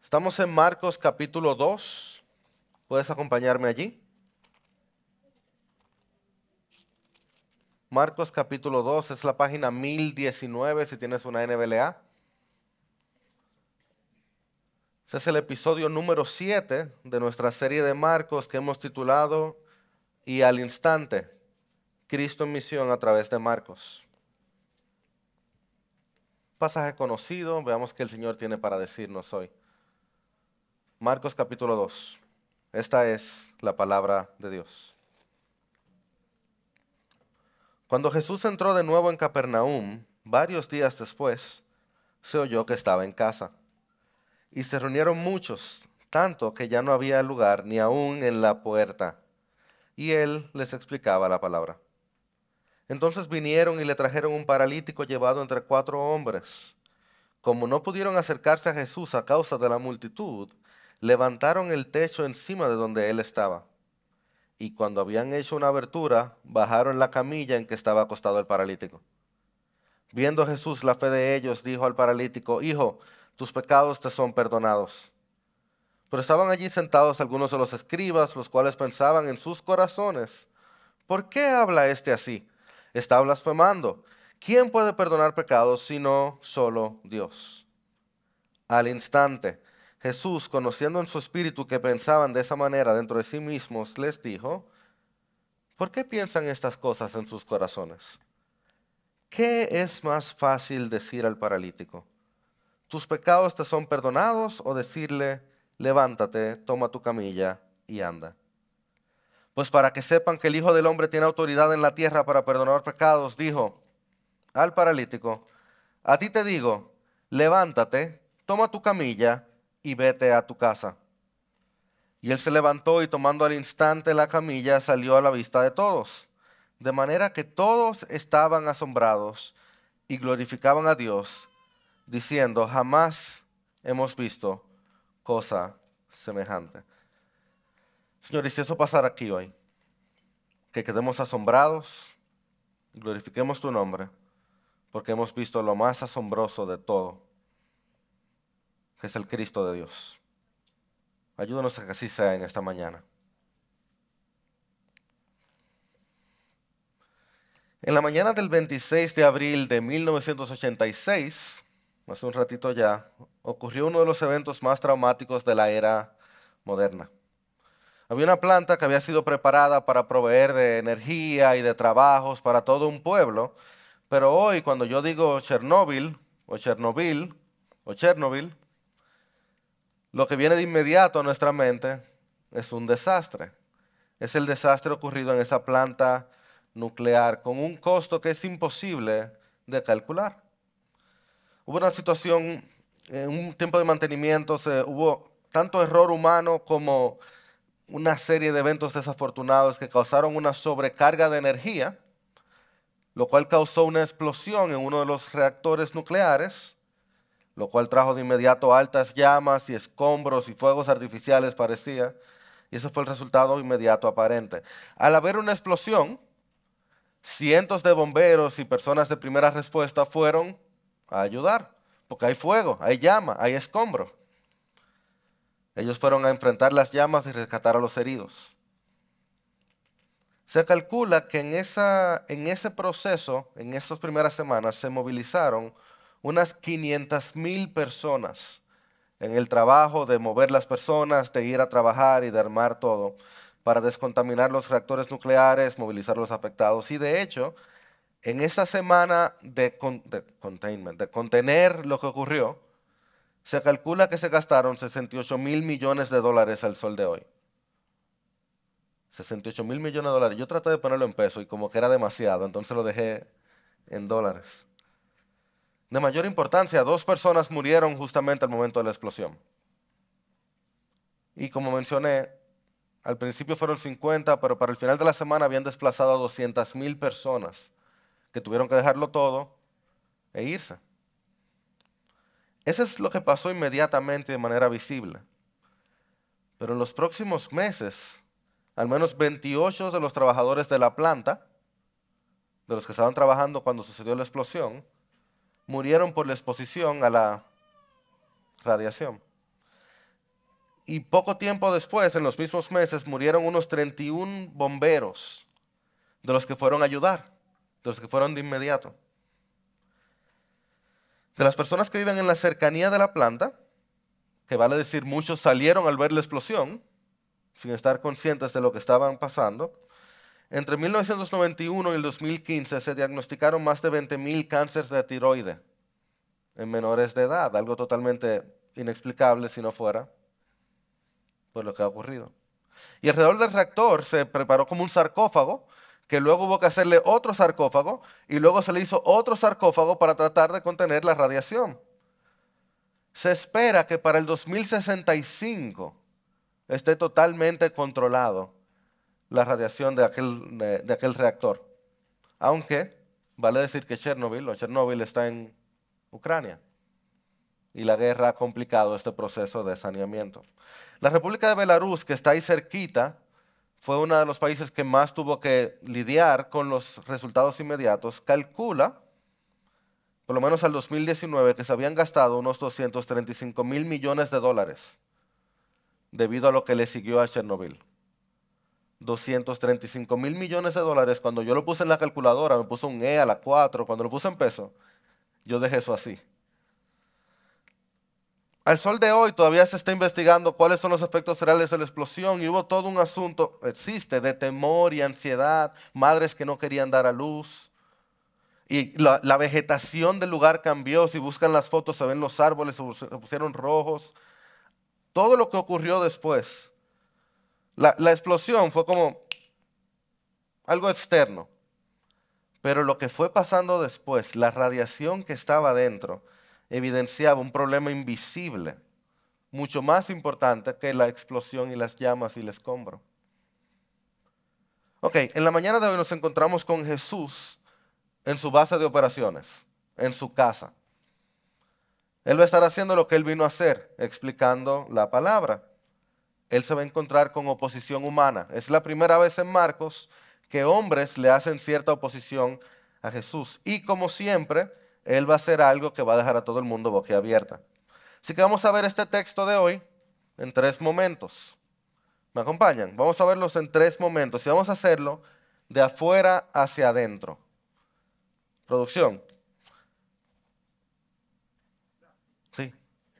Estamos en Marcos capítulo 2. ¿Puedes acompañarme allí? Marcos capítulo 2 es la página 1019 si tienes una NBLA. Este es el episodio número 7 de nuestra serie de Marcos que hemos titulado Y al instante, Cristo en misión a través de Marcos. Pasaje conocido, veamos qué el Señor tiene para decirnos hoy. Marcos capítulo 2. Esta es la palabra de Dios. Cuando Jesús entró de nuevo en Capernaum, varios días después, se oyó que estaba en casa. Y se reunieron muchos, tanto que ya no había lugar ni aún en la puerta. Y él les explicaba la palabra. Entonces vinieron y le trajeron un paralítico llevado entre 4 hombres. Como no pudieron acercarse a Jesús a causa de la multitud, levantaron el techo encima de donde él estaba. Y cuando habían hecho una abertura, bajaron la camilla en que estaba acostado el paralítico. Viendo Jesús la fe de ellos, dijo al paralítico: Hijo, tus pecados te son perdonados. Pero estaban allí sentados algunos de los escribas, los cuales pensaban en sus corazones: ¿por qué habla este así? Está blasfemando. ¿Quién puede perdonar pecados sino solo Dios? Al instante, Jesús, conociendo en su espíritu que pensaban de esa manera dentro de sí mismos, les dijo: ¿por qué piensan estas cosas en sus corazones? ¿Qué es más fácil decir al paralítico: tus pecados te son perdonados, o decirle: levántate, toma tu camilla y anda? Pues para que sepan que el Hijo del Hombre tiene autoridad en la tierra para perdonar pecados, dijo al paralítico: a ti te digo, levántate, toma tu camilla y vete a tu casa. Y él se levantó y tomando al instante la camilla salió a la vista de todos, de manera que todos estaban asombrados y glorificaban a Dios, diciendo: jamás hemos visto cosa semejante. Señor, y si eso pasara aquí hoy, que quedemos asombrados, glorifiquemos tu nombre, porque hemos visto lo más asombroso de todo, que es el Cristo de Dios. Ayúdanos a que así sea en esta mañana. En la mañana del 26 de abril de 1986, hace un ratito ya, ocurrió uno de los eventos más traumáticos de la era moderna. Había una planta que había sido preparada para proveer de energía y de trabajos para todo un pueblo, pero hoy cuando yo digo Chernóbil o Chernobyl o Chernobyl, lo que viene de inmediato a nuestra mente es un desastre. Es el desastre ocurrido en esa planta nuclear con un costo que es imposible de calcular. Hubo una situación, en un tiempo de mantenimiento, hubo tanto error humano como una serie de eventos desafortunados que causaron una sobrecarga de energía, lo cual causó una explosión en uno de los reactores nucleares, lo cual trajo de inmediato altas llamas y escombros y fuegos artificiales parecía, y ese fue el resultado inmediato aparente. Al haber una explosión, cientos de bomberos y personas de primera respuesta fueron a ayudar, porque hay fuego, hay llama, hay escombro. Ellos fueron a enfrentar las llamas y rescatar a los heridos. Se calcula que en ese proceso, en estas primeras semanas, se movilizaron unas 500,000 personas en el trabajo de mover las personas, de ir a trabajar y de armar todo para descontaminar los reactores nucleares, movilizar a los afectados. Y de hecho, en esa semana de contener lo que ocurrió, se calcula que se gastaron 68,000 millones de dólares al sol de hoy. 68,000 millones de dólares. Yo traté de ponerlo en peso y como que era demasiado, entonces lo dejé en dólares. De mayor importancia, 2 personas murieron justamente al momento de la explosión. Y como mencioné, al principio fueron 50, pero para el final de la semana habían desplazado a 200,000 personas que tuvieron que dejarlo todo e irse. Eso es lo que pasó inmediatamente de manera visible. Pero en los próximos meses, al menos 28 de los trabajadores de la planta, de los que estaban trabajando cuando sucedió la explosión, murieron por la exposición a la radiación. Y poco tiempo después, en los mismos meses, murieron unos 31 bomberos de los que fueron a ayudar, de los que fueron de inmediato. De las personas que viven en la cercanía de la planta, que vale decir muchos salieron al ver la explosión, sin estar conscientes de lo que estaban pasando, entre 1991 y el 2015 se diagnosticaron más de 20.000 cánceres de tiroides en menores de edad, algo totalmente inexplicable si no fuera por lo que ha ocurrido. Y alrededor del reactor se preparó como un sarcófago, que luego hubo que hacerle otro sarcófago, y luego se le hizo otro sarcófago para tratar de contener la radiación. Se espera que para el 2065 esté totalmente controlado la radiación de aquel reactor. Aunque vale decir que Chernobyl está en Ucrania. Y la guerra ha complicado este proceso de saneamiento. La República de Belarus, que está ahí cerquita, fue uno de los países que más tuvo que lidiar con los resultados inmediatos. Calcula, por lo menos al 2019, que se habían gastado unos 235.000 millones de dólares debido a lo que le siguió a Chernobyl. 235.000 millones de dólares. Cuando yo lo puse en la calculadora, me puso un E a la 4. Cuando lo puse en peso, yo dejé eso así. Al sol de hoy todavía se está investigando cuáles son los efectos reales de la explosión y hubo todo un asunto, existe, de temor y ansiedad, madres que no querían dar a luz. Y la vegetación del lugar cambió. Si buscan las fotos se ven los árboles, se pusieron rojos. Todo lo que ocurrió después. La explosión fue como algo externo. Pero lo que fue pasando después, la radiación que estaba dentro, evidenciaba un problema invisible, mucho más importante que la explosión y las llamas y el escombro. Ok, en la mañana de hoy nos encontramos con Jesús en su base de operaciones, en su casa. Él va a estar haciendo lo que él vino a hacer, explicando la palabra. Él se va a encontrar con oposición humana. Es la primera vez en Marcos que hombres le hacen cierta oposición a Jesús. Y como siempre, él va a hacer algo que va a dejar a todo el mundo boquiabierta. Así que vamos a ver este texto de hoy en 3 momentos. ¿Me acompañan? Vamos a verlos en 3 momentos y vamos a hacerlo de afuera hacia adentro. Producción. Sí.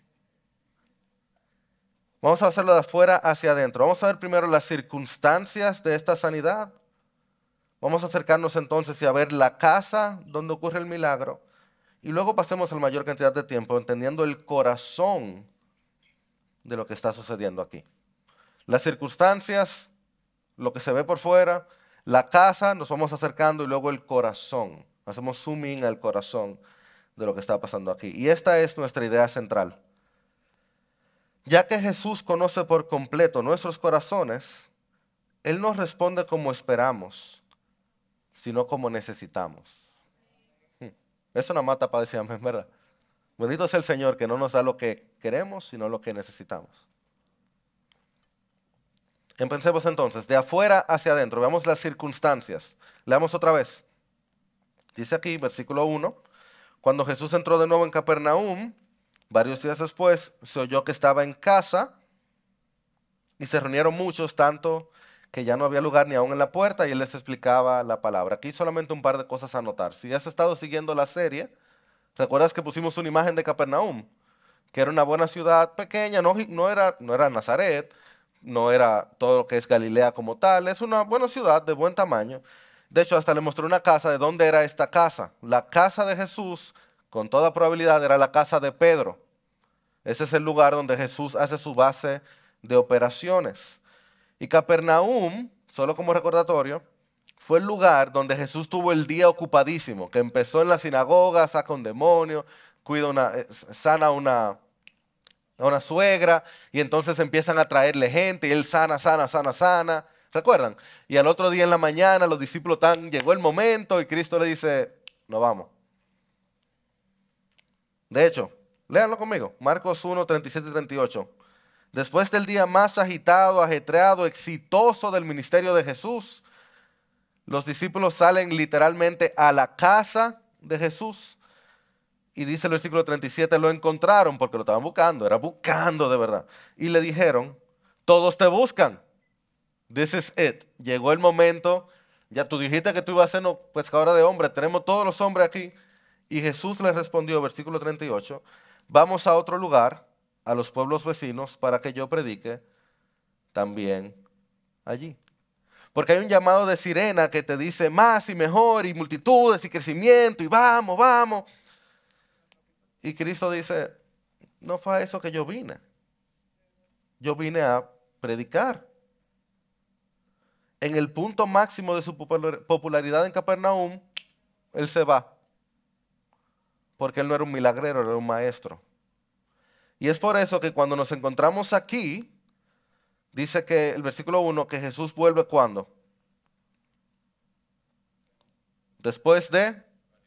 Vamos a hacerlo de afuera hacia adentro. Vamos a ver primero las circunstancias de esta sanidad. Vamos a acercarnos entonces y a ver la casa donde ocurre el milagro. Y luego pasemos la mayor cantidad de tiempo entendiendo el corazón de lo que está sucediendo aquí. Las circunstancias, lo que se ve por fuera, la casa, nos vamos acercando y luego el corazón. Hacemos zoom in al corazón de lo que está pasando aquí. Y esta es nuestra idea central. Ya que Jesús conoce por completo nuestros corazones, Él no responde como esperamos, sino como necesitamos. Eso una mata para decir amén, ¿verdad? Bendito sea el Señor que no nos da lo que queremos, sino lo que necesitamos. Empecemos entonces, de afuera hacia adentro. Veamos las circunstancias. Leamos otra vez. Dice aquí, versículo 1, cuando Jesús entró de nuevo en Capernaum, varios días después, se oyó que estaba en casa y se reunieron muchos, tanto que ya no había lugar ni aún en la puerta, y él les explicaba la palabra. Aquí solamente un par de cosas a notar. Si has estado siguiendo la serie, recuerdas que pusimos una imagen de Capernaum, que era una buena ciudad pequeña, no era Nazaret, no era todo lo que es Galilea como tal, es una buena ciudad de buen tamaño. De hecho, hasta le mostré una casa de dónde era esta casa. La casa de Jesús, con toda probabilidad, era la casa de Pedro. Ese es el lugar donde Jesús hace su base de operaciones. Y Capernaum, solo como recordatorio, fue el lugar donde Jesús tuvo el día ocupadísimo, que empezó en la sinagoga, saca un demonio, sana a una suegra, y entonces empiezan a traerle gente, y él sana. ¿Recuerdan? Y al otro día en la mañana los discípulos llegó el momento y Cristo le dice, no vamos. De hecho, léanlo conmigo, Marcos 1, 37 y 38. Después del día más agitado, ajetreado, exitoso del ministerio de Jesús, los discípulos salen literalmente a la casa de Jesús Y dice el versículo 37, lo encontraron porque lo estaban buscando, era buscando de verdad. Y le dijeron, todos te buscan. This is it. Llegó el momento, ya tú dijiste que tú ibas a ser pescadora de hombres, tenemos todos los hombres aquí. Y Jesús les respondió, versículo 38, vamos a otro lugar, a los pueblos vecinos, para que yo predique también allí. Porque hay un llamado de sirena que te dice más y mejor y multitudes y crecimiento y vamos, vamos. Y Cristo dice, no fue a eso que yo vine. Yo vine a predicar. En el punto máximo de su popularidad en Capernaum, él se va. Porque él no era un milagrero, era un maestro. Y es por eso que cuando nos encontramos aquí, dice que el versículo 1, que Jesús vuelve ¿cuándo? Después de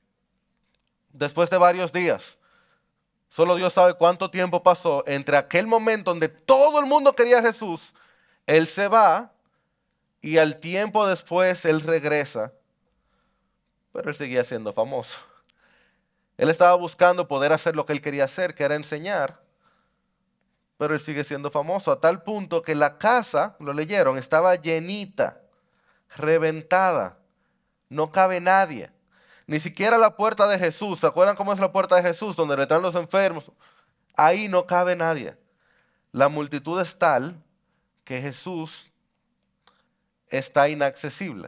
varios días. Solo Dios sabe cuánto tiempo pasó entre aquel momento donde todo el mundo quería a Jesús. Él se va y al tiempo después él regresa. Pero él seguía siendo famoso. Él estaba buscando poder hacer lo que él quería hacer, que era enseñar. Pero él sigue siendo famoso a tal punto que la casa, lo leyeron, estaba llenita, reventada. No cabe nadie. Ni siquiera la puerta de Jesús. ¿Se acuerdan cómo es la puerta de Jesús? Donde le están los enfermos. Ahí no cabe nadie. La multitud es tal que Jesús está inaccesible.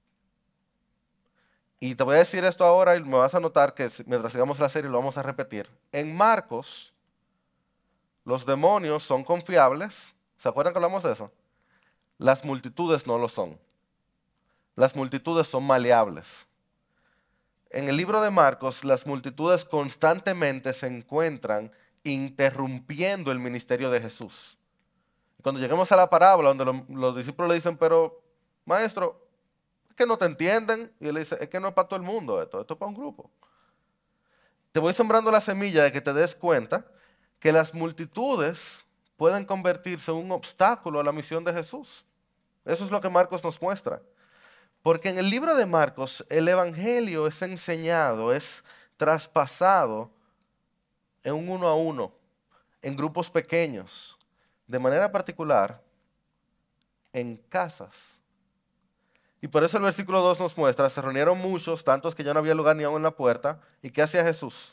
Y te voy a decir esto ahora y me vas a notar que mientras sigamos la serie lo vamos a repetir. En Marcos, los demonios son confiables. ¿Se acuerdan que hablamos de eso? Las multitudes no lo son. Las multitudes son maleables. En el libro de Marcos, las multitudes constantemente se encuentran interrumpiendo el ministerio de Jesús. Cuando lleguemos a la parábola donde los discípulos le dicen, pero maestro, es que no te entienden. Y él le dice, es que no es para todo el mundo esto es para un grupo. Te voy sembrando la semilla de que te des cuenta que las multitudes pueden convertirse en un obstáculo a la misión de Jesús. Eso es lo que Marcos nos muestra. Porque en el libro de Marcos el evangelio es enseñado, es traspasado en un uno a uno, en grupos pequeños, de manera particular, en casas. Y por eso el versículo 2 nos muestra, se reunieron muchos, tantos que ya no había lugar ni aún en la puerta. ¿Y qué hacía Jesús?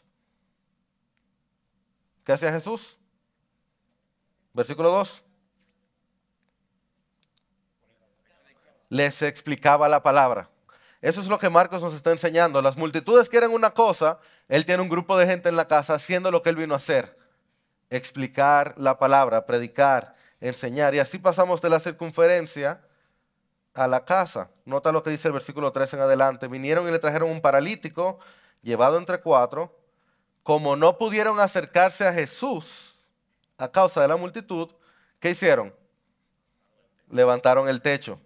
¿Qué hacía Jesús? Versículo 2. Les explicaba la palabra. Eso es lo que Marcos nos está enseñando. Las multitudes quieren una cosa, él tiene un grupo de gente en la casa haciendo lo que él vino a hacer. Explicar la palabra, predicar, enseñar. Y así pasamos de la circunferencia a la casa. Nota lo que dice el versículo 3 en adelante. Vinieron y le trajeron un paralítico, llevado entre cuatro. Como no pudieron acercarse a Jesús a causa de la multitud, ¿qué hicieron? Levantaron el techo.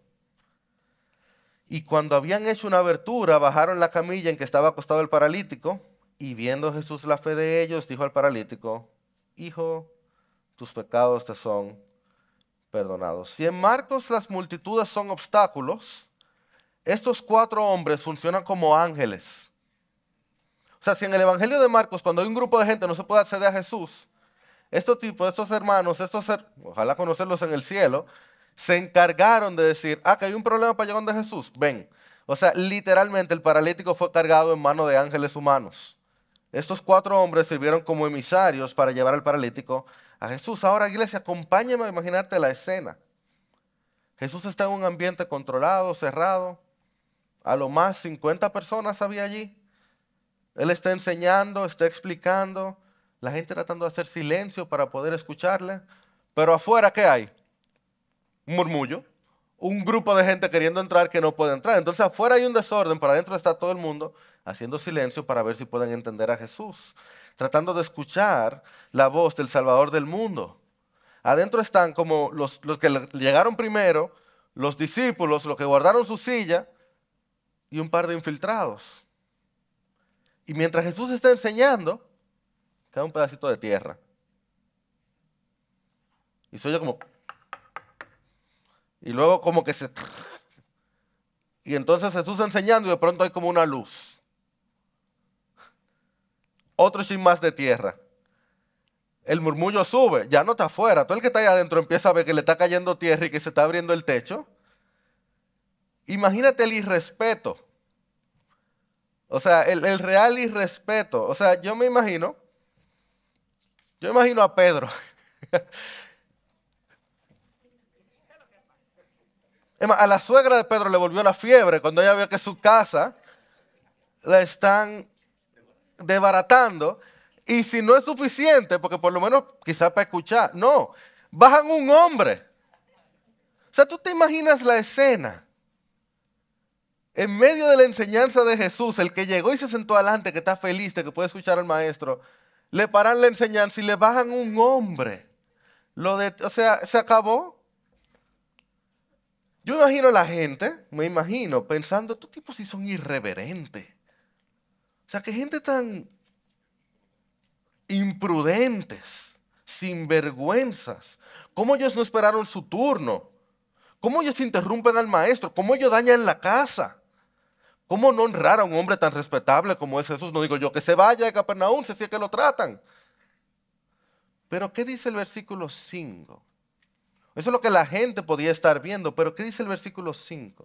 Y cuando habían hecho una abertura, bajaron la camilla en que estaba acostado el paralítico, y viendo Jesús la fe de ellos, dijo al paralítico, hijo, tus pecados te son perdonados. Si en Marcos las multitudes son obstáculos, estos cuatro hombres funcionan como ángeles. O sea, si en el Evangelio de Marcos, cuando hay un grupo de gente no se puede acceder a Jesús, estos tipos, estos hermanos, ojalá conocerlos en el cielo, se encargaron de decir, que hay un problema para llegar donde Jesús, ven. O sea, literalmente el paralítico fue cargado en manos de ángeles humanos. Estos cuatro hombres sirvieron como emisarios para llevar al paralítico a Jesús. Ahora, iglesia, acompáñame a imaginarte la escena. Jesús está en un ambiente controlado, cerrado. A lo más 50 personas había allí. Él está enseñando, está explicando. La gente tratando de hacer silencio para poder escucharle. Pero afuera, ¿qué hay? Un murmullo, un grupo de gente queriendo entrar que no puede entrar. Entonces afuera hay un desorden, pero adentro está todo el mundo haciendo silencio para ver si pueden entender a Jesús, tratando de escuchar la voz del Salvador del mundo. Adentro están como los que llegaron primero, los discípulos, los que guardaron su silla y un par de infiltrados. Y mientras Jesús está enseñando, cae un pedacito de tierra. Y se oye como... Y luego como que se... Y entonces Jesús enseñando y de pronto hay como una luz. otro chin más de tierra. El murmullo sube, ya no está afuera. Todo el que está ahí adentro empieza a ver que le está cayendo tierra y que se está abriendo el techo. Imagínate el irrespeto. O sea, el real irrespeto. O sea, yo imagino a Pedro. Es más, a la suegra de Pedro le volvió la fiebre cuando ella vio que su casa la están desbaratando. Y si no es suficiente, porque por lo menos quizás para escuchar, no, bajan un hombre. O sea, tú te imaginas la escena. En medio de la enseñanza de Jesús, el que llegó y se sentó adelante, que está feliz de que puede escuchar al maestro, le paran la enseñanza y le bajan un hombre. O sea, se acabó. Yo imagino a la gente, me imagino, pensando, estos tipos sí son irreverentes. O sea, que gente tan imprudentes, sinvergüenzas. ¿Cómo ellos no esperaron su turno? ¿Cómo ellos interrumpen al maestro? ¿Cómo ellos dañan la casa? ¿Cómo no honrar a un hombre tan respetable como es Jesús? No digo yo que se vaya de Capernaum, si así es que lo tratan. Pero ¿qué dice el versículo 5? Eso es lo que la gente podía estar viendo, pero ¿qué dice el versículo 5?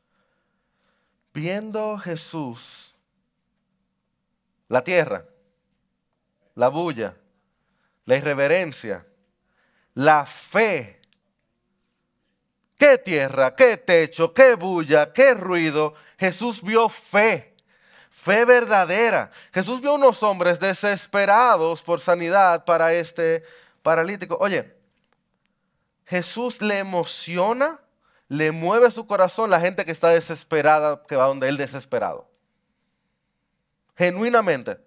Viendo Jesús la tierra, la bulla, la irreverencia, la fe. ¿Qué tierra? ¿Qué techo? ¿Qué bulla? ¿Qué ruido? Jesús vio fe. Fe verdadera. Jesús vio unos hombres desesperados por sanidad para este paralítico. Oye, Jesús le emociona, le mueve su corazón la gente que está desesperada, que va donde él desesperado. Genuinamente.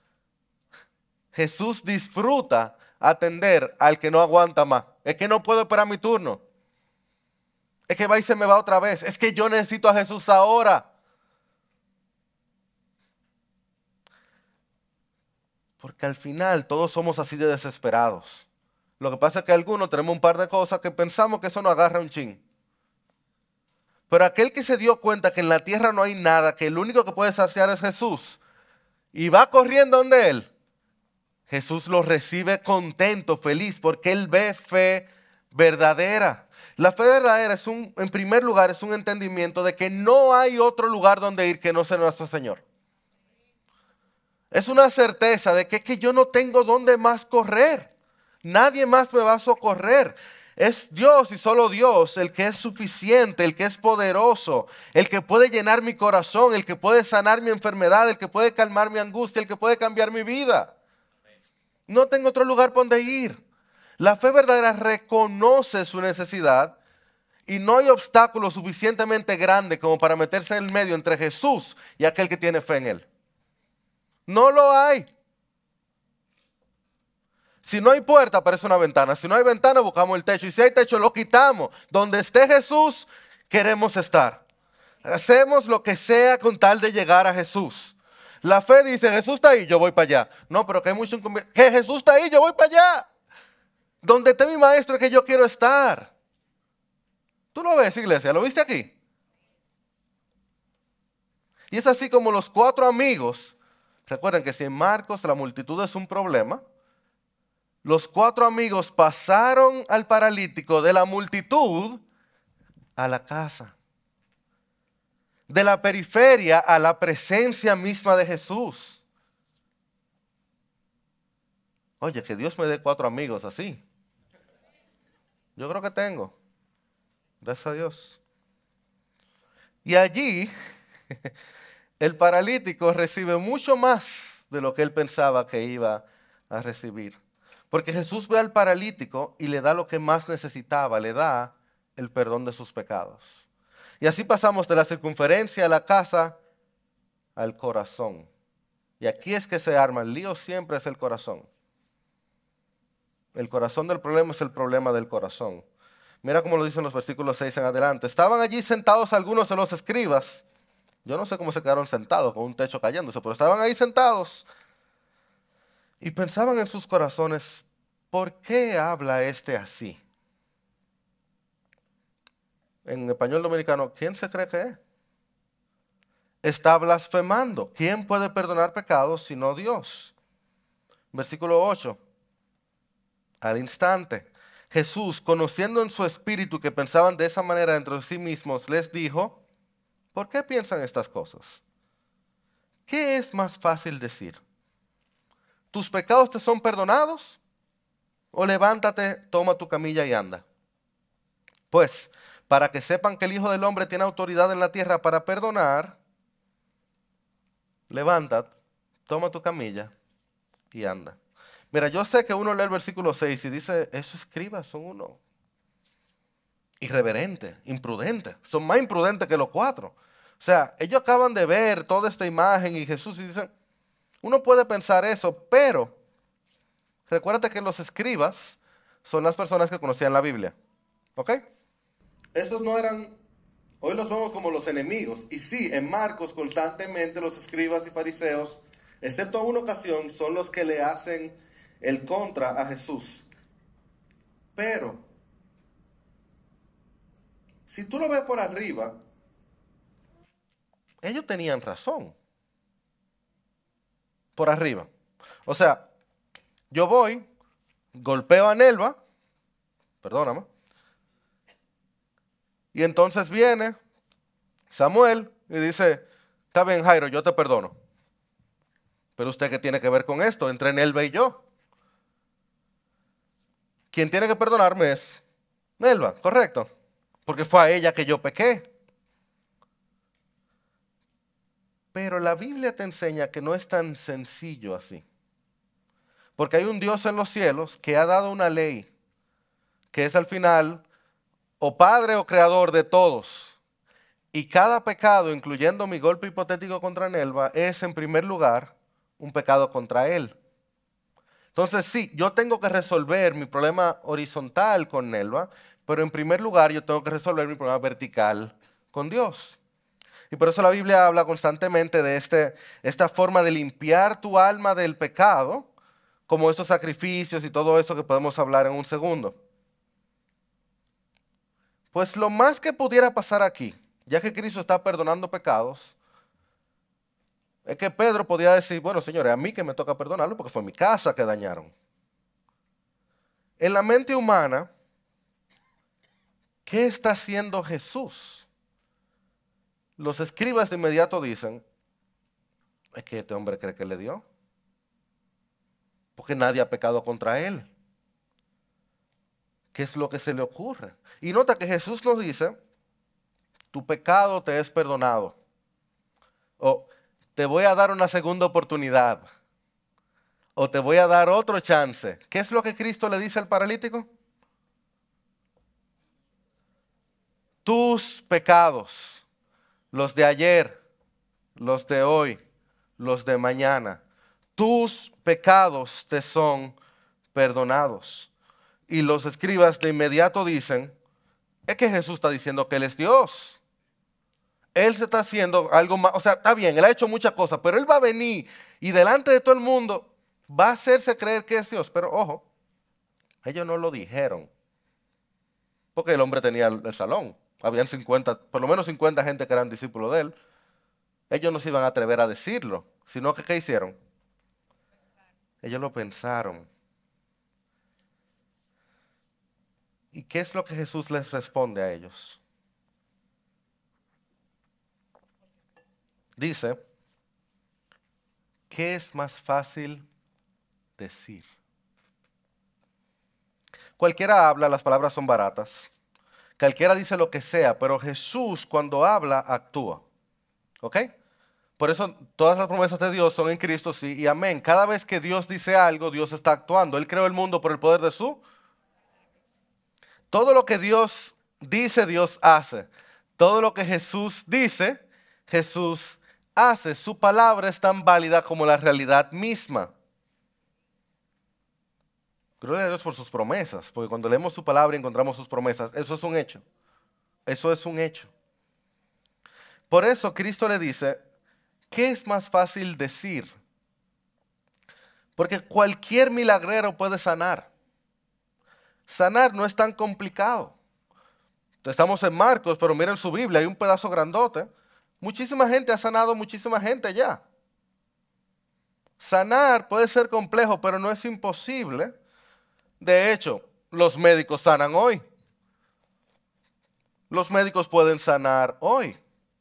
Jesús disfruta atender al que no aguanta más. Es que no puedo esperar mi turno. Es que va y se me va otra vez. Es que yo necesito a Jesús ahora. Porque al final todos somos así de desesperados. Lo que pasa es que algunos tenemos un par de cosas que pensamos que eso nos agarra un chin. Pero aquel que se dio cuenta que en la tierra no hay nada, que el único que puede saciar es Jesús, y va corriendo donde él, Jesús lo recibe contento, feliz, porque él ve fe verdadera. La fe verdadera en primer lugar, es un entendimiento de que no hay otro lugar donde ir que no sea nuestro Señor. Es una certeza de que yo no tengo dónde más correr. Nadie más me va a socorrer. Es Dios y solo Dios el que es suficiente, el que es poderoso, el que puede llenar mi corazón, el que puede sanar mi enfermedad, el que puede calmar mi angustia, el que puede cambiar mi vida. No tengo otro lugar por donde ir. La fe verdadera reconoce su necesidad y no hay obstáculo suficientemente grande como para meterse en el medio entre Jesús y aquel que tiene fe en él. No lo hay. Si no hay puerta, aparece una ventana. Si no hay ventana, buscamos el techo. Y si hay techo, lo quitamos. Donde esté Jesús, queremos estar. Hacemos lo que sea con tal de llegar a Jesús. La fe dice, Jesús está ahí, yo voy para allá. No, pero que hay mucho inconveniente. Que Jesús está ahí, yo voy para allá. Donde esté mi maestro es que yo quiero estar. ¿Tú lo ves, iglesia? ¿Lo viste aquí? Y es así como los 4 amigos. Recuerden que si en Marcos la multitud es un problema, los 4 amigos pasaron al paralítico de la multitud a la casa. De la periferia a la presencia misma de Jesús. Oye, que Dios me dé 4 amigos así. Yo creo que tengo. Gracias a Dios. Y allí el paralítico recibe mucho más de lo que él pensaba que iba a recibir. Porque Jesús ve al paralítico y le da lo que más necesitaba, le da el perdón de sus pecados. Y así pasamos de la circunferencia a la casa al corazón. Y aquí es que se arma, el lío siempre es el corazón. El corazón del problema es el problema del corazón. Mira cómo lo dicen los versículos 6 en adelante. Estaban allí sentados algunos de los escribas. Yo no sé cómo se quedaron sentados con un techo cayéndose, pero estaban ahí sentados. Y pensaban en sus corazones, ¿por qué habla este así? En español dominicano, ¿quién se cree que es? Está blasfemando. ¿Quién puede perdonar pecados sino Dios? Versículo 8. Al instante, Jesús, conociendo en su espíritu que pensaban de esa manera dentro de sí mismos, les dijo, ¿por qué piensan estas cosas? ¿Qué es más fácil decir? ¿Tus pecados te son perdonados? ¿O levántate, toma tu camilla y anda? Pues, para que sepan que el Hijo del Hombre tiene autoridad en la tierra para perdonar, levántate, toma tu camilla y anda. Mira, yo sé que uno lee el versículo 6 y dice, esos escribas son uno irreverente, imprudente, son más imprudentes que los cuatro. O sea, ellos acaban de ver toda esta imagen y Jesús y dicen, uno puede pensar eso, pero recuérdate que los escribas son las personas que conocían la Biblia. ¿Ok? Estos no eran, hoy los vemos como los enemigos. Y sí, en Marcos constantemente los escribas y fariseos, excepto en una ocasión, son los que le hacen el contra a Jesús. Pero, si tú lo ves por arriba, ellos tenían razón. Por arriba. O sea, yo voy, golpeo a Nelva, perdóname, y entonces viene Samuel y dice, está bien Jairo, yo te perdono. Pero usted qué tiene que ver con esto, entre Nelva y yo. Quien tiene que perdonarme es Nelva, correcto. Porque fue a ella que yo pequé. Pero la Biblia te enseña que no es tan sencillo así. Porque hay un Dios en los cielos que ha dado una ley que es al final o padre o creador de todos. Y cada pecado, incluyendo mi golpe hipotético contra Nelva, es en primer lugar un pecado contra él. Entonces sí, yo tengo que resolver mi problema horizontal con Nelva, pero en primer lugar yo tengo que resolver mi problema vertical con Dios. Y por eso la Biblia habla constantemente de esta forma de limpiar tu alma del pecado, como estos sacrificios y todo eso que podemos hablar en un segundo. Pues lo más que pudiera pasar aquí, ya que Cristo está perdonando pecados, es que Pedro podía decir, bueno señores, a mí que me toca perdonarlo porque fue mi casa que dañaron. En la mente humana, ¿qué está haciendo Jesús? Los escribas de inmediato dicen, es que este hombre cree que le dio, porque nadie ha pecado contra él. ¿Qué es lo que se le ocurre? Y nota que Jesús nos dice, tu pecado te es perdonado. O te voy a dar una segunda oportunidad. O te voy a dar otro chance. ¿Qué es lo que Cristo le dice al paralítico? Tus pecados, los de ayer, los de hoy, los de mañana, tus pecados te son perdonados. Y los escribas de inmediato dicen, es que Jesús está diciendo que Él es Dios. Él se está haciendo algo más, o sea, está bien, Él ha hecho muchas cosas, pero Él va a venir y delante de todo el mundo va a hacerse creer que es Dios. Pero ojo, ellos no lo dijeron, porque el hombre tenía el salón. Habían 50, por lo menos 50 gente que eran discípulos de Él. Ellos no se iban a atrever a decirlo, sino que ¿qué hicieron? Ellos lo pensaron. ¿Y qué es lo que Jesús les responde a ellos? Dice, ¿qué es más fácil decir? Cualquiera habla, las palabras son baratas. Cualquiera dice lo que sea, pero Jesús cuando habla, actúa. ¿Ok? Por eso todas las promesas de Dios son en Cristo, sí y amén. Cada vez que Dios dice algo, Dios está actuando. Él creó el mundo por el poder de su. Todo lo que Dios dice, Dios hace. Todo lo que Jesús dice, Jesús hace. Su palabra es tan válida como la realidad misma. Gloria a Dios por sus promesas, porque cuando leemos su palabra y encontramos sus promesas, eso es un hecho. Eso es un hecho. Por eso Cristo le dice, ¿qué es más fácil decir? Porque cualquier milagrero puede sanar. Sanar no es tan complicado. Estamos en Marcos, pero miren su Biblia, hay un pedazo grandote. Muchísima gente ha sanado, muchísima gente ya. Sanar puede ser complejo, pero no es imposible. De hecho, los médicos sanan hoy. Los médicos pueden sanar hoy.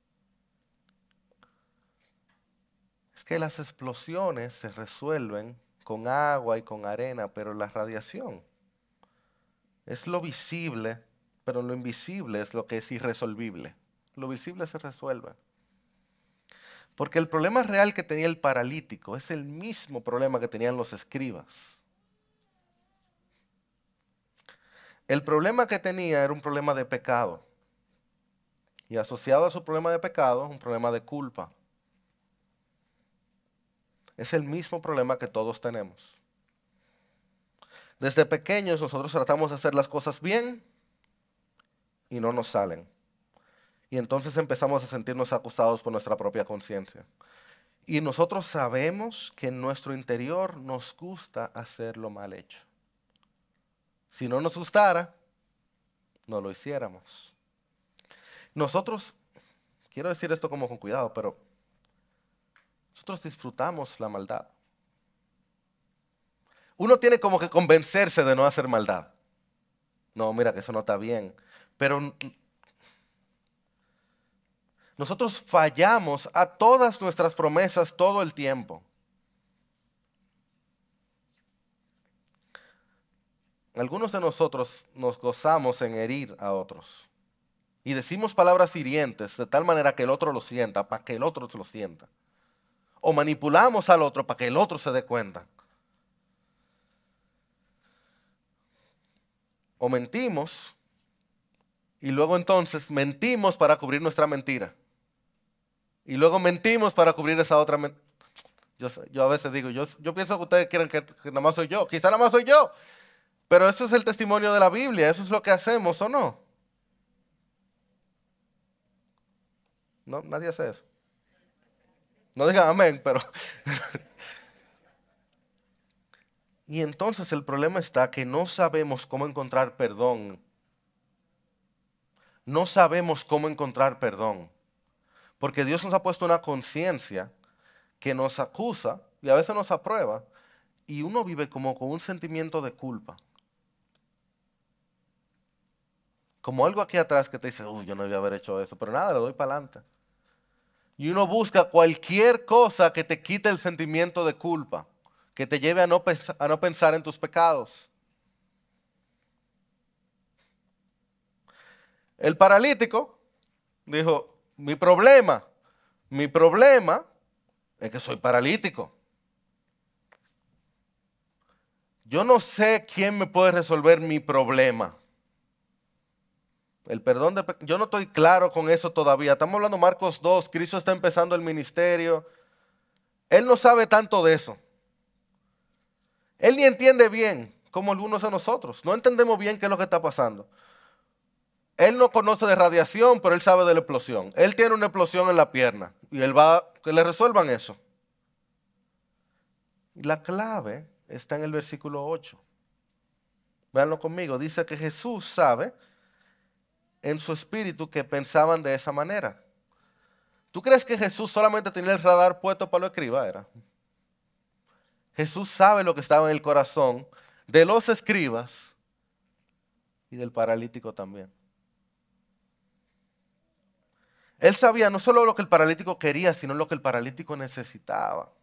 Es que las explosiones se resuelven con agua y con arena, pero la radiación es lo visible, pero lo invisible es lo que es irresolvible. Lo visible se resuelve. Porque el problema real que tenía el paralítico es el mismo problema que tenían los escribas. El problema que tenía era un problema de pecado. Y asociado a su problema de pecado, un problema de culpa. Es el mismo problema que todos tenemos. Desde pequeños nosotros tratamos de hacer las cosas bien y no nos salen. Y entonces empezamos a sentirnos acusados por nuestra propia conciencia. Y nosotros sabemos que en nuestro interior nos gusta hacerlo mal hecho. Si no nos gustara, no lo hiciéramos. Nosotros, quiero decir esto como con cuidado, pero nosotros disfrutamos la maldad. Uno tiene como que convencerse de no hacer maldad. No, mira que eso no está bien. Pero nosotros fallamos a todas nuestras promesas todo el tiempo. Algunos de nosotros nos gozamos en herir a otros. Y decimos palabras hirientes de tal manera que el otro lo sienta, para que el otro lo sienta. O manipulamos al otro para que el otro se dé cuenta. O mentimos y luego entonces mentimos para cubrir nuestra mentira. Y luego mentimos para cubrir esa otra mentira. Yo a veces digo, yo pienso que ustedes quieren que nada más soy yo. Quizá nada más soy yo. Pero eso es el testimonio de la Biblia. Eso es lo que hacemos, ¿o no? No, nadie hace eso. No digan amén, pero... Y entonces el problema está que no sabemos cómo encontrar perdón. No sabemos cómo encontrar perdón. Porque Dios nos ha puesto una conciencia que nos acusa y a veces nos aprueba. Y uno vive como con un sentimiento de culpa. Como algo aquí atrás que te dice, uy, yo no debía haber hecho eso. Pero nada, le doy para adelante. Y uno busca cualquier cosa que te quite el sentimiento de culpa. Que te lleve a no pensar en tus pecados. El paralítico dijo, mi problema es que soy paralítico. Yo no sé quién me puede resolver mi problema. El perdón de yo no estoy claro con eso todavía. Estamos hablando de Marcos 2, Cristo está empezando el ministerio. Él no sabe tanto de eso. Él ni entiende bien como algunos de nosotros. No entendemos bien qué es lo que está pasando. Él no conoce de radiación, pero él sabe de la explosión. Él tiene una explosión en la pierna y él va a que le resuelvan eso. Y la clave está en el versículo 8. Véanlo conmigo. Dice que Jesús sabe en su espíritu que pensaban de esa manera. ¿Tú crees que Jesús solamente tenía el radar puesto para lo escriba? Era. Jesús sabe lo que estaba en el corazón de los escribas y del paralítico también. Él sabía no solo lo que el paralítico quería, sino lo que el paralítico necesitaba.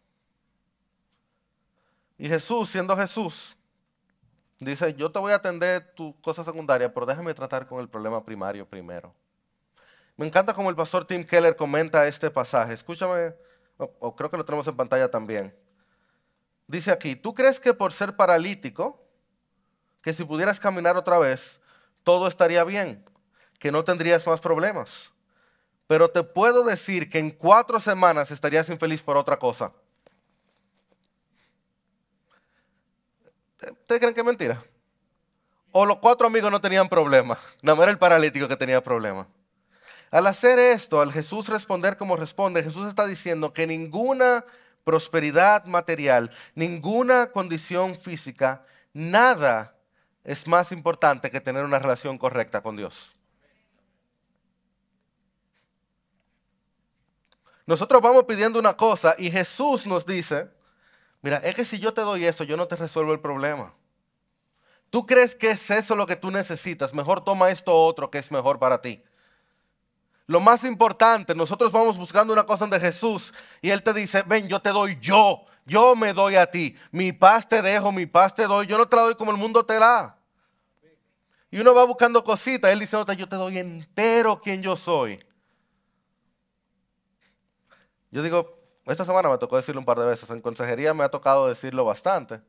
Y Jesús, siendo Jesús, dice, yo te voy a atender tu cosa secundaria, pero déjame tratar con el problema primario primero. Me encanta como el pastor Tim Keller comenta este pasaje. Escúchame, o creo que lo tenemos en pantalla también. Dice aquí, ¿tú crees que por ser paralítico, que si pudieras caminar otra vez, todo estaría bien, que no tendrías más problemas? Pero te puedo decir que en 4 semanas estarías infeliz por otra cosa. ¿Ustedes creen que es mentira? O los 4 amigos no tenían problemas, nada más era el paralítico que tenía problemas. Al hacer esto, al Jesús responder como responde, Jesús está diciendo que ninguna prosperidad material, ninguna condición física, nada es más importante que tener una relación correcta con Dios. Nosotros vamos pidiendo una cosa y Jesús nos dice, Mira, es que si yo te doy eso, yo no te resuelvo el problema. ¿Tú crees que es eso lo que tú necesitas? Mejor toma esto otro que es mejor para ti. Lo más importante, nosotros vamos buscando una cosa de Jesús y Él te dice, ven, yo te doy yo me doy a ti. Mi paz te dejo, mi paz te doy, yo no te la doy como el mundo te da. Y uno va buscando cositas, Él dice, yo te doy entero quien yo soy. Yo digo, esta semana me tocó decirlo un par de veces, en consejería me ha tocado decirlo bastante.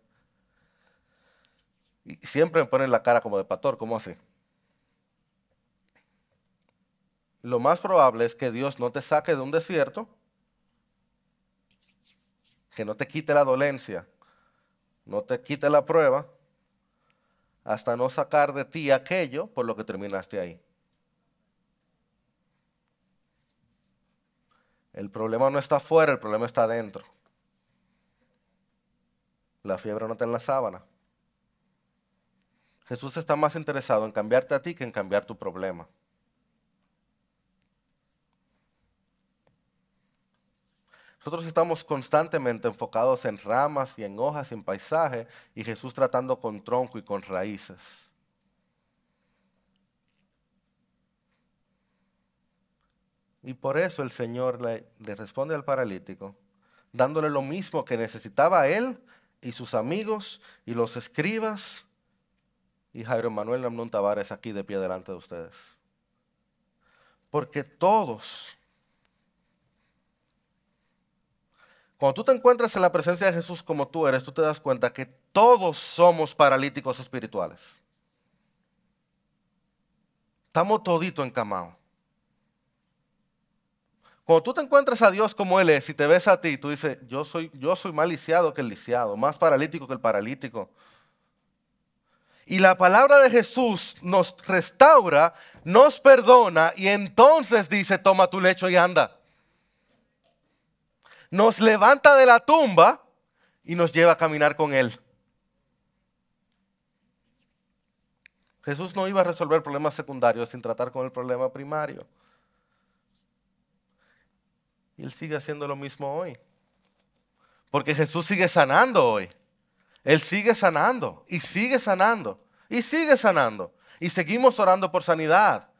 Y siempre me ponen la cara como de pastor, ¿cómo así? Lo más probable es que Dios no te saque de un desierto, que no te quite la dolencia, no te quite la prueba, hasta no sacar de ti aquello por lo que terminaste ahí. El problema no está afuera, el problema está adentro. La fiebre no está en la sábana. Jesús está más interesado en cambiarte a ti que en cambiar tu problema. Nosotros estamos constantemente enfocados en ramas y en hojas y en paisaje, y Jesús tratando con tronco y con raíces. Y por eso el Señor le responde al paralítico, dándole lo mismo que necesitaba él y sus amigos y los escribas y Jairo Manuel Namnún Tavares aquí de pie delante de ustedes. Porque todos, cuando tú te encuentras en la presencia de Jesús como tú eres, tú te das cuenta que todos somos paralíticos espirituales. Estamos toditos encamados. Cuando tú te encuentras a Dios como Él es y te ves a ti, tú dices, yo soy más lisiado que el lisiado, más paralítico que el paralítico. Y la palabra de Jesús nos restaura, nos perdona y entonces dice, toma tu lecho y anda. Nos levanta de la tumba y nos lleva a caminar con Él. Jesús no iba a resolver problemas secundarios sin tratar con el problema primario. Y Él sigue haciendo lo mismo hoy. Porque Jesús sigue sanando hoy. Él sigue sanando y sigue sanando y sigue sanando. Y seguimos orando por sanidad.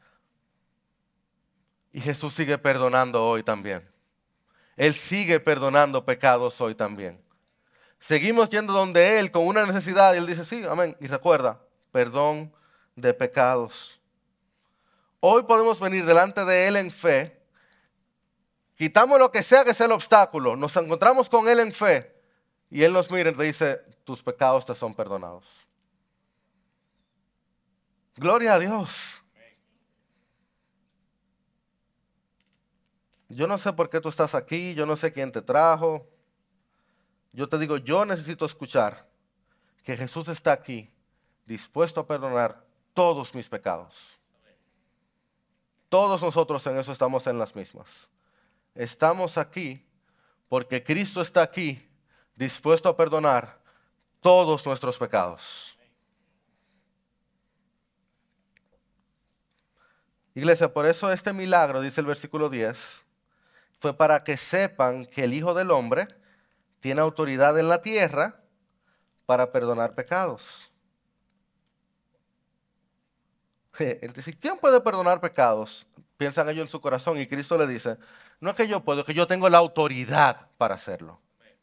Y Jesús sigue perdonando hoy también. Él sigue perdonando pecados hoy también. Seguimos yendo donde Él con una necesidad y Él dice, sí, amén. Y recuerda, perdón de pecados. Hoy podemos venir delante de Él en fe. Quitamos lo que sea el obstáculo. Nos encontramos con Él en fe. Y Él nos mira y te dice, tus pecados te son perdonados. Gloria a Dios. Yo no sé por qué tú estás aquí, yo no sé quién te trajo. Yo te digo, yo necesito escuchar que Jesús está aquí, dispuesto a perdonar todos mis pecados. Todos nosotros en eso estamos en las mismas. Estamos aquí porque Cristo está aquí, dispuesto a perdonar todos nuestros pecados. Iglesia, por eso este milagro, dice el versículo 10, fue para que sepan que el Hijo del Hombre tiene autoridad en la tierra para perdonar pecados. Él dice, ¿quién puede perdonar pecados? Piensan ellos en su corazón y Cristo le dice, no es que yo puedo, es que yo tengo la autoridad para hacerlo.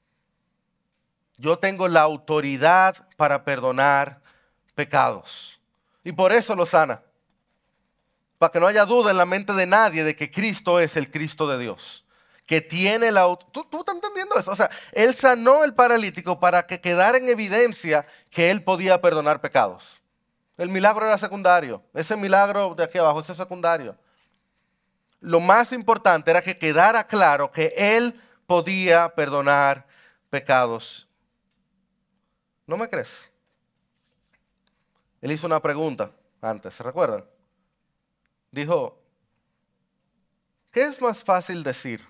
Yo tengo la autoridad para perdonar pecados. Y por eso lo sana. Para que no haya duda en la mente de nadie de que Cristo es el Cristo de Dios. Que tiene la autoridad. ¿Tú estás entendiendo eso? O sea, Él sanó al paralítico para que quedara en evidencia que Él podía perdonar pecados. El milagro era secundario. Ese milagro de aquí abajo, ese es secundario. Lo más importante era que quedara claro que Él podía perdonar pecados. ¿No me crees? Él hizo una pregunta antes, ¿se recuerdan? Dijo, ¿qué es más fácil decir?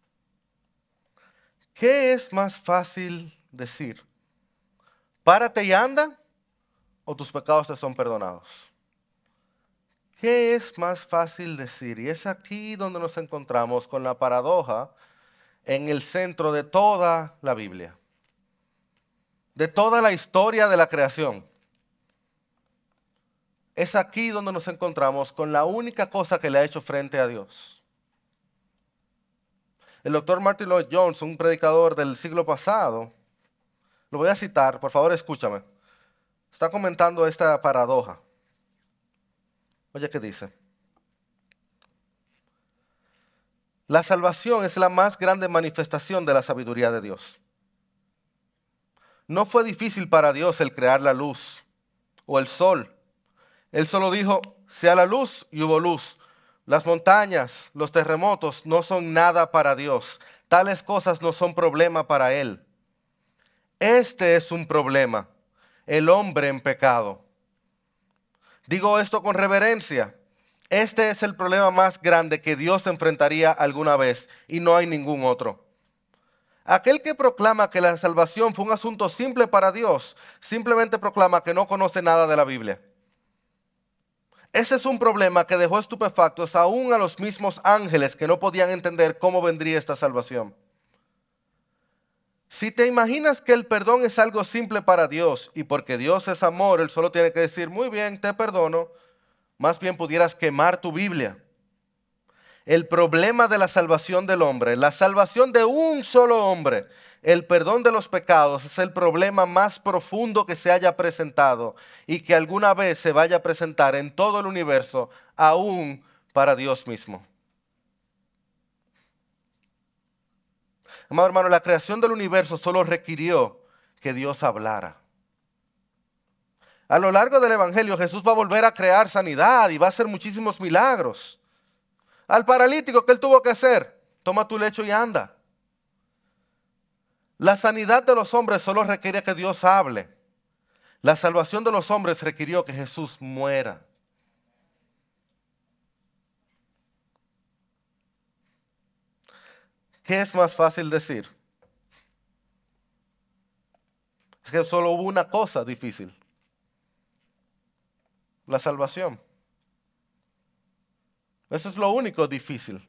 ¿Qué es más fácil decir? ¿Párate y anda o tus pecados te son perdonados? ¿Qué es más fácil decir? Y es aquí donde nos encontramos con la paradoja en el centro de toda la Biblia. de toda la historia de la creación. Es aquí donde nos encontramos con la única cosa que le ha hecho frente a Dios. El doctor Martin Lloyd Jones, un predicador del siglo pasado, lo voy a citar, por favor escúchame. Está comentando esta paradoja. Oye, ¿qué dice? La salvación es la más grande manifestación de la sabiduría de Dios. No fue difícil para Dios el crear la luz o el sol. Él solo dijo, sea la luz y hubo luz. Las montañas, los terremotos no son nada para Dios. Tales cosas no son problema para Él. Este es un problema, el hombre en pecado. Digo esto con reverencia. Este es el problema más grande que Dios enfrentaría alguna vez y no hay ningún otro. Aquel que proclama que la salvación fue un asunto simple para Dios, simplemente proclama que no conoce nada de la Biblia. Ese es un problema que dejó estupefactos aún a los mismos ángeles que no podían entender cómo vendría esta salvación. Si te imaginas que el perdón es algo simple para Dios y porque Dios es amor, Él solo tiene que decir, muy bien, te perdono, más bien pudieras quemar tu Biblia. El problema de la salvación del hombre, la salvación de un solo hombre, el perdón de los pecados es el problema más profundo que se haya presentado y que alguna vez se vaya a presentar en todo el universo, aún para Dios mismo. Amado hermano, la creación del universo solo requirió que Dios hablara. A lo largo del Evangelio Jesús va a volver a crear sanidad y va a hacer muchísimos milagros. Al paralítico, ¿qué él tuvo que hacer? Toma tu lecho y anda. La sanidad de los hombres solo requiere que Dios hable. La salvación de los hombres requirió que Jesús muera. ¿Qué es más fácil decir? Es que solo hubo una cosa difícil. La salvación. Eso es lo único difícil.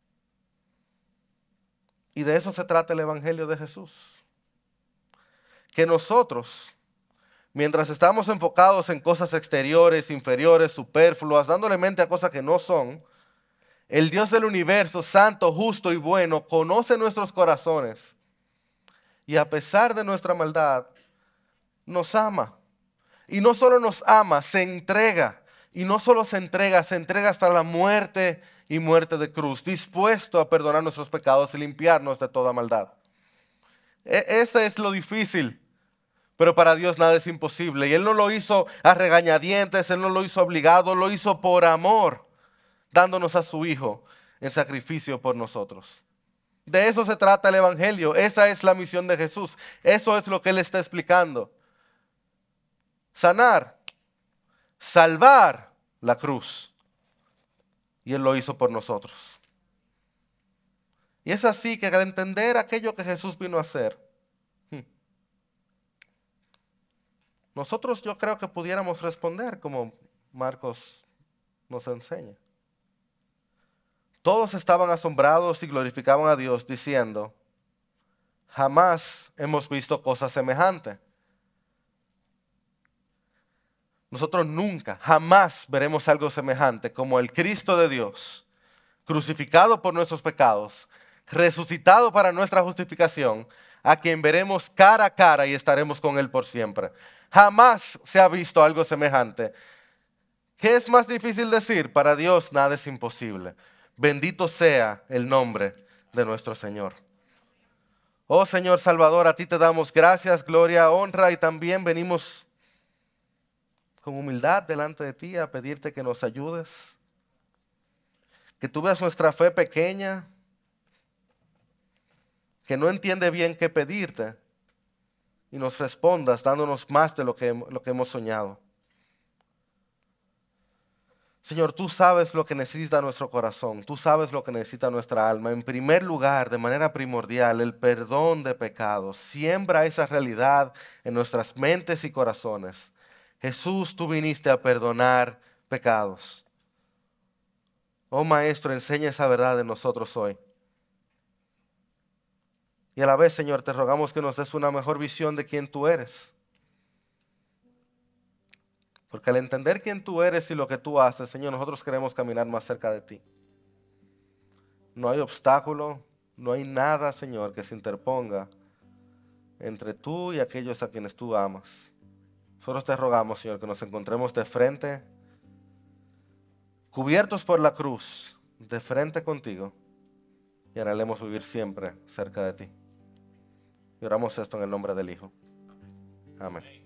Y de eso se trata el Evangelio de Jesús. Que nosotros, mientras estamos enfocados en cosas exteriores, inferiores, superfluas, dándole mente a cosas que no son, el Dios del universo, santo, justo y bueno, conoce nuestros corazones. Y a pesar de nuestra maldad, nos ama. Y no solo nos ama, se entrega. Y no solo se entrega hasta la muerte y muerte de cruz, dispuesto a perdonar nuestros pecados y limpiarnos de toda maldad. Ese es lo difícil. Pero para Dios nada es imposible. Y Él no lo hizo a regañadientes, Él no lo hizo obligado, lo hizo por amor, dándonos a su Hijo en sacrificio por nosotros. De eso se trata el Evangelio. Esa es la misión de Jesús. Eso es lo que Él está explicando. Sanar, salvar la cruz. Y Él lo hizo por nosotros. Y es así que al entender aquello que Jesús vino a hacer, nosotros yo creo que pudiéramos responder como Marcos nos enseña. Todos estaban asombrados y glorificaban a Dios diciendo, jamás hemos visto cosa semejante. Nosotros nunca, jamás veremos algo semejante como el Cristo de Dios, crucificado por nuestros pecados, resucitado para nuestra justificación, a quien veremos cara a cara y estaremos con Él por siempre. Jamás se ha visto algo semejante. ¿Qué es más difícil decir? Para Dios nada es imposible. Bendito sea el nombre de nuestro Señor. Oh Señor Salvador, a ti te damos gracias, gloria, honra y también venimos con humildad delante de ti a pedirte que nos ayudes. Que tú veas nuestra fe pequeña, que no entiende bien qué pedirte y nos respondas dándonos más de lo que hemos soñado. Señor, tú sabes lo que necesita nuestro corazón, tú sabes lo que necesita nuestra alma. En primer lugar, de manera primordial, el perdón de pecados. Siembra esa realidad en nuestras mentes y corazones. Jesús, tú viniste a perdonar pecados. Oh Maestro, enseña esa verdad en nosotros hoy. Y a la vez, Señor, te rogamos que nos des una mejor visión de quién tú eres. Porque al entender quién tú eres y lo que tú haces, Señor, nosotros queremos caminar más cerca de ti. No hay obstáculo, no hay nada, Señor, que se interponga entre tú y aquellos a quienes tú amas. Nosotros te rogamos, Señor, que nos encontremos de frente, cubiertos por la cruz, de frente contigo, y anhelemos vivir siempre cerca de ti. Y oramos esto en el nombre del Hijo. Amén.